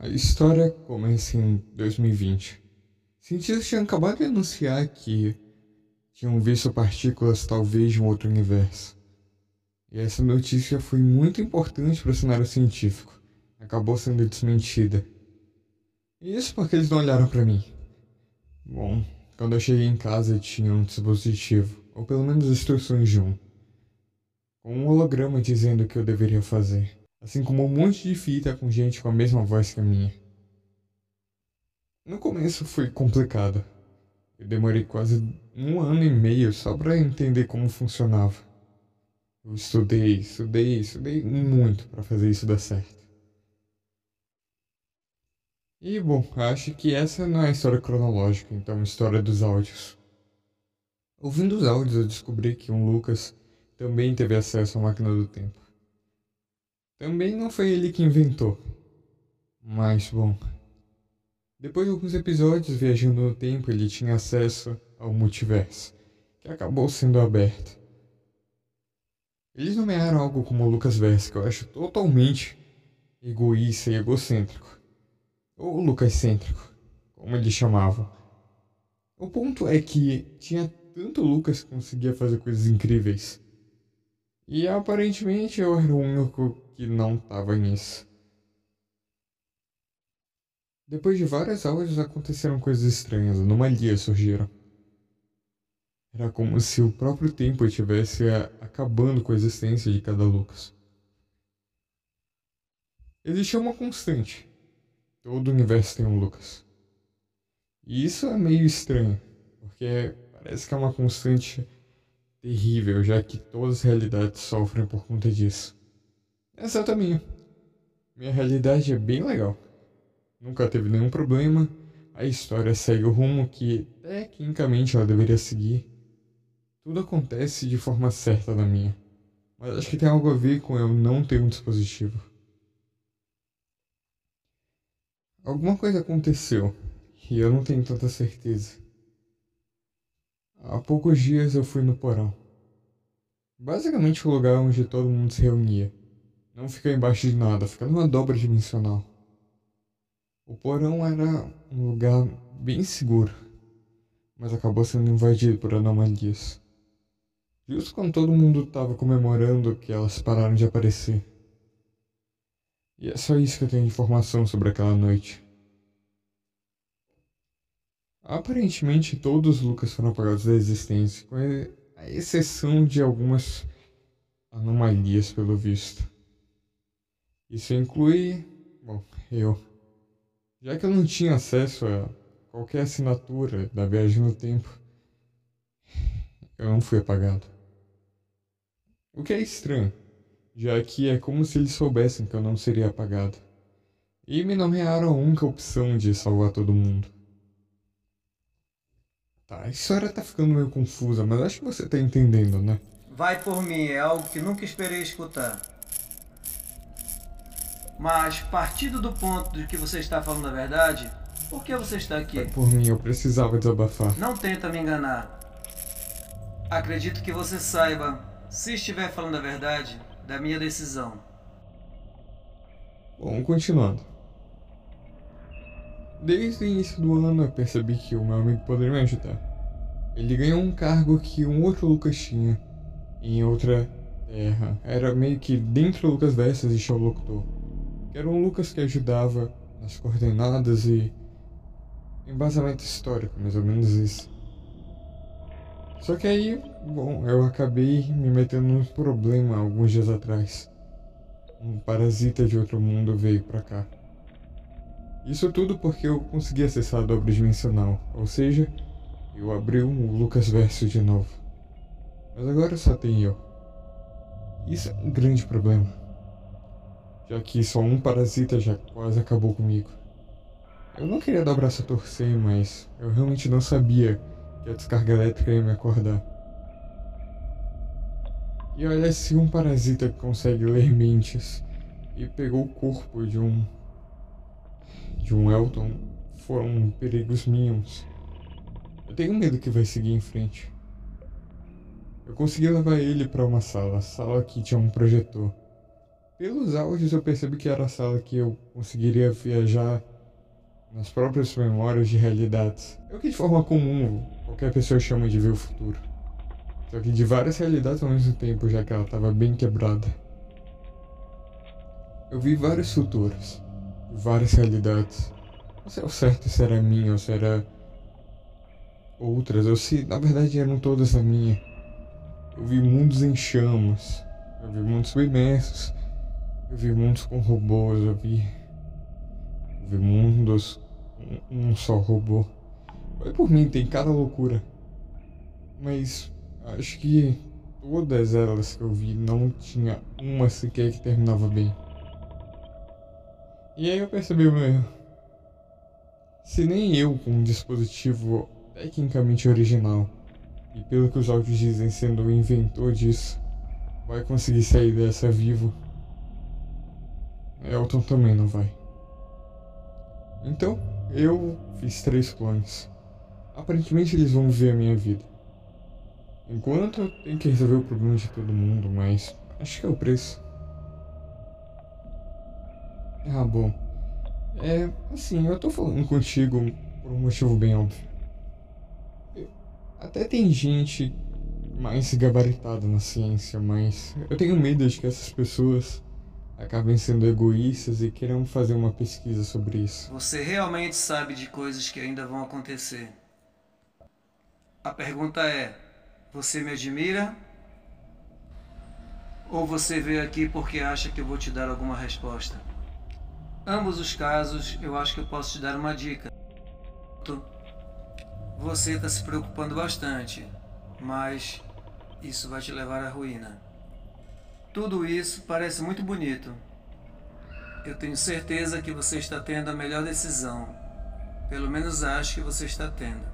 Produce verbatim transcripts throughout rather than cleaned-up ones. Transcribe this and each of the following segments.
A história começa em dois mil e vinte. Cientistas tinham acabado de anunciar que tinham visto partículas talvez de um outro universo. E essa notícia foi muito importante para o cenário científico. Acabou sendo desmentida. E isso porque eles não olharam para mim. Bom, quando eu cheguei em casa tinha um dispositivo, ou pelo menos instruções de um, com um holograma dizendo o que eu deveria fazer, assim como um monte de fita com gente com a mesma voz que a minha. No começo foi complicado. Eu demorei quase um ano e meio só para entender como funcionava. Eu estudei, estudei, estudei muito para fazer isso dar certo. E bom, acho que essa não é a história cronológica, então a história dos áudios. Ouvindo os áudios eu descobri que um Lucas também teve acesso à máquina do tempo. Também não foi ele que inventou. Mas bom, depois de alguns episódios viajando no tempo ele tinha acesso ao multiverso, que acabou sendo aberto. Eles nomearam algo como Lucas Verso, que eu acho totalmente egoísta e egocêntrico. Ou Lucascêntrico, como eles chamavam. O ponto é que tinha tanto Lucas que conseguia fazer coisas incríveis. E aparentemente eu era o único que não tava nisso. Depois de vários áudios aconteceram coisas estranhas, anomalias surgiram. Era como se o próprio tempo estivesse a- acabando com a existência de cada Lucas. Existia uma constante. Todo universo tem um Lucas. E isso é meio estranho, porque parece que é uma constante terrível, já que todas as realidades sofrem por conta disso. Exceto a minha. Minha realidade é bem legal. Nunca teve nenhum problema, a história segue o rumo que tecnicamente ela deveria seguir. Tudo acontece de forma certa na minha, mas acho que tem algo a ver com eu não ter um dispositivo. Alguma coisa aconteceu, e eu não tenho tanta certeza. Há poucos dias eu fui no porão. Basicamente o lugar onde todo mundo se reunia. Não fica embaixo de nada, fica numa dobra dimensional. O porão era um lugar bem seguro, mas acabou sendo invadido por anomalias. Justo quando todo mundo estava comemorando que elas pararam de aparecer. E é só isso que eu tenho de informação sobre aquela noite. Aparentemente todos os Lucas foram apagados da existência, com a exceção de algumas anomalias pelo visto. Isso inclui, bom, eu. Já que eu não tinha acesso a qualquer assinatura da viagem no tempo, eu não fui apagado. O que é estranho, já que é como se eles soubessem que eu não seria apagado. E me nomearam a única opção de salvar todo mundo. Tá, a história tá ficando meio confusa, mas acho que você tá entendendo, né? Vai por mim, é algo que nunca esperei escutar. Mas, partindo do ponto de que você está falando a verdade, por que você está Vai aqui? por mim, eu precisava desabafar. Não tenta me enganar. Acredito que você saiba, se estiver falando a verdade, da minha decisão. Bom, continuando. Desde o início do ano eu percebi que o meu amigo poderia me ajudar. Ele ganhou um cargo que um outro Lucas tinha em outra terra. Era meio que dentro do Lucas Verso existia o Locutor. Que era um Lucas que ajudava nas coordenadas e embasamento histórico, mais ou menos isso. Só que aí, bom, eu acabei me metendo num problema alguns dias atrás. Um parasita de outro mundo veio pra cá. Isso tudo porque eu consegui acessar a dobra dimensional, ou seja, eu abri o Lucas Verso de novo. Mas agora só tem eu. Isso é um grande problema, já que só um parasita já quase acabou comigo. Eu não queria dar o braço a torcer, mas eu realmente não sabia que a descarga elétrica ia me acordar. E olha, se um parasita que consegue ler mentes e pegou o corpo de um de um Elton, foram perigos mínimos. Eu tenho medo que vai seguir em frente. Eu consegui levar ele para uma sala, sala que tinha um projetor. Pelos áudios eu percebi que era a sala que eu conseguiria viajar nas próprias memórias de realidades. É o que de forma comum qualquer pessoa chama de ver o futuro. Só que de várias realidades ao mesmo tempo, já que ela estava bem quebrada. Eu vi vários futuros, várias realidades. Não sei ao certo se era minha ou se era outras, ou se na verdade eram todas a minha. Eu vi mundos em chamas, eu vi mundos submersos, eu vi mundos com robôs, eu vi, eu vi mundos com um só robô. Vai por mim, tem cada loucura. Mas acho que todas elas que eu vi não tinha uma sequer que terminava bem. E aí eu percebi o meu erro. Se nem eu, com um dispositivo tecnicamente original, e pelo que os áudios dizem sendo o inventor disso, vai conseguir sair dessa vivo, Elton também não vai. Então, eu fiz três planos. Aparentemente eles vão ver a minha vida. Enquanto eu tenho que resolver o problema de todo mundo, mas acho que é o preço. Ah, bom. É, assim, eu tô falando contigo por um motivo bem óbvio. Eu, até tem gente mais gabaritada na ciência, mas eu tenho medo de que essas pessoas acabem sendo egoístas e queiram fazer uma pesquisa sobre isso. Você realmente sabe de coisas que ainda vão acontecer. A pergunta é: você me admira? Ou você veio aqui porque acha que eu vou te dar alguma resposta? Ambos os casos, eu acho que eu posso te dar uma dica. Você está se preocupando bastante, mas isso vai te levar à ruína. Tudo isso parece muito bonito. Eu tenho certeza que você está tendo a melhor decisão. Pelo menos acho que você está tendo.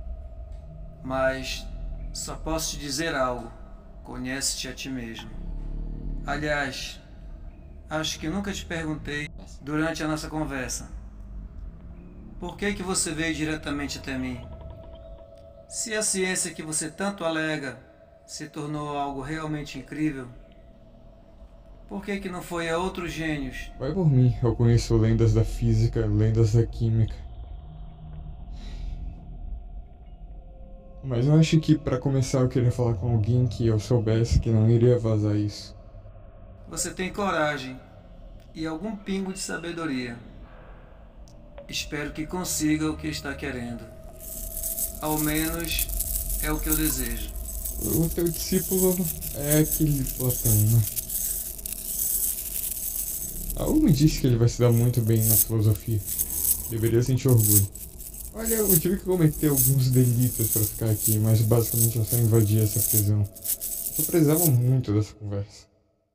Mas só posso te dizer algo. Conhece-te a ti mesmo. Aliás, acho que nunca te perguntei durante a nossa conversa. Por que que você veio diretamente até mim? Se a ciência que você tanto alega se tornou algo realmente incrível, por que que não foi a outros gênios? Vai por mim, eu conheço lendas da física, lendas da química. Mas eu acho que pra começar eu queria falar com alguém que eu soubesse que não iria vazar isso. Você tem coragem e algum pingo de sabedoria. Espero que consiga o que está querendo. Ao menos é o que eu desejo. O teu discípulo é aquele Platão, né? Algo me disse que ele vai se dar muito bem na filosofia. Deveria sentir orgulho. Olha, eu tive que cometer alguns delitos pra ficar aqui, mas basicamente eu só invadi essa prisão. Eu precisava muito dessa conversa.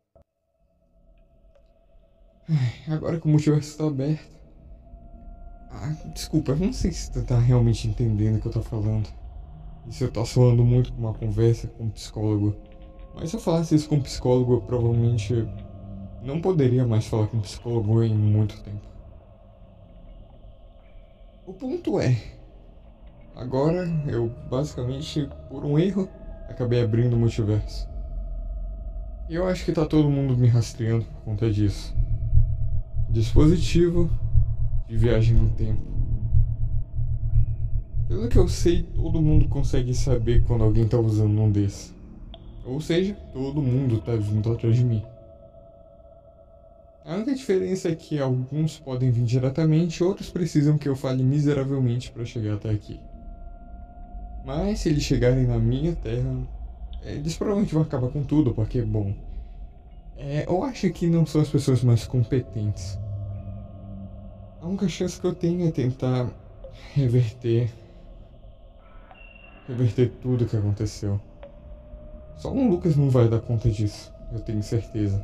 Ai, agora que o multiverso está aberto... Ah, desculpa, eu não sei se tu tá realmente entendendo o que eu tô falando. E se eu tô soando muito com uma conversa com um psicólogo. Mas se eu falasse isso com um psicólogo, eu provavelmente não poderia mais falar com um psicólogo em muito tempo. O ponto é... Agora, eu basicamente, por um erro, acabei abrindo o multiverso. E eu acho que tá todo mundo me rastreando por conta disso. Dispositivo de viagem no tempo. Pelo que eu sei, todo mundo consegue saber quando alguém tá usando um desses. Ou seja, todo mundo tá vindo atrás de mim. A única diferença é que alguns podem vir diretamente, outros precisam que eu fale miseravelmente para chegar até aqui. Mas se eles chegarem na minha terra, eles provavelmente vão acabar com tudo, porque, bom... É, eu acho que não são as pessoas mais competentes. A única chance que eu tenho é tentar reverter... Reverter tudo o que aconteceu. Só um Lucas não vai dar conta disso, eu tenho certeza.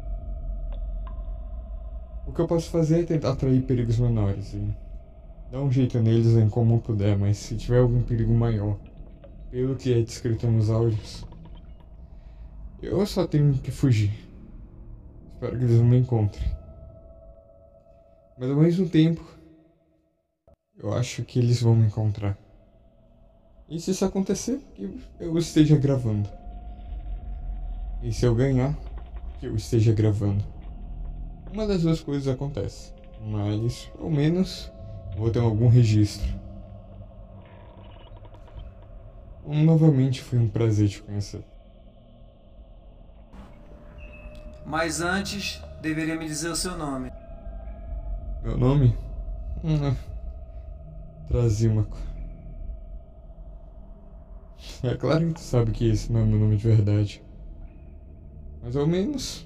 O que eu posso fazer é tentar atrair perigos menores e dar um jeito neles em como eu puder, mas se tiver algum perigo maior, pelo que é descrito nos áudios, eu só tenho que fugir. Espero que eles não me encontrem. Mas ao mesmo tempo, eu acho que eles vão me encontrar. E se isso acontecer, que eu esteja gravando. E se eu ganhar, que eu esteja gravando. uma das duas coisas acontece, mas ao menos vou ter algum registro. Novamente foi um prazer te conhecer. Mas antes, deveria me dizer o seu nome. Meu nome? Hum, Trasímaco. É claro que tu sabe que esse não é meu nome de verdade. Mas ao menos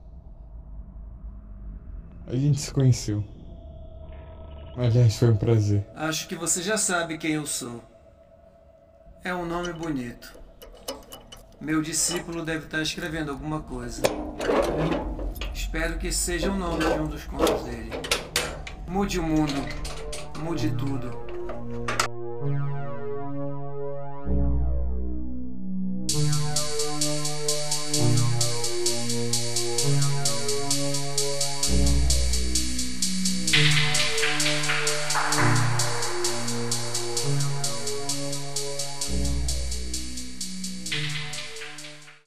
a gente se conheceu. Aliás, foi um prazer. Acho que você já sabe quem eu sou. É um nome bonito. Meu discípulo deve estar escrevendo alguma coisa. Espero que esse seja o nome de um dos contos dele. Mude o mundo. Mude tudo.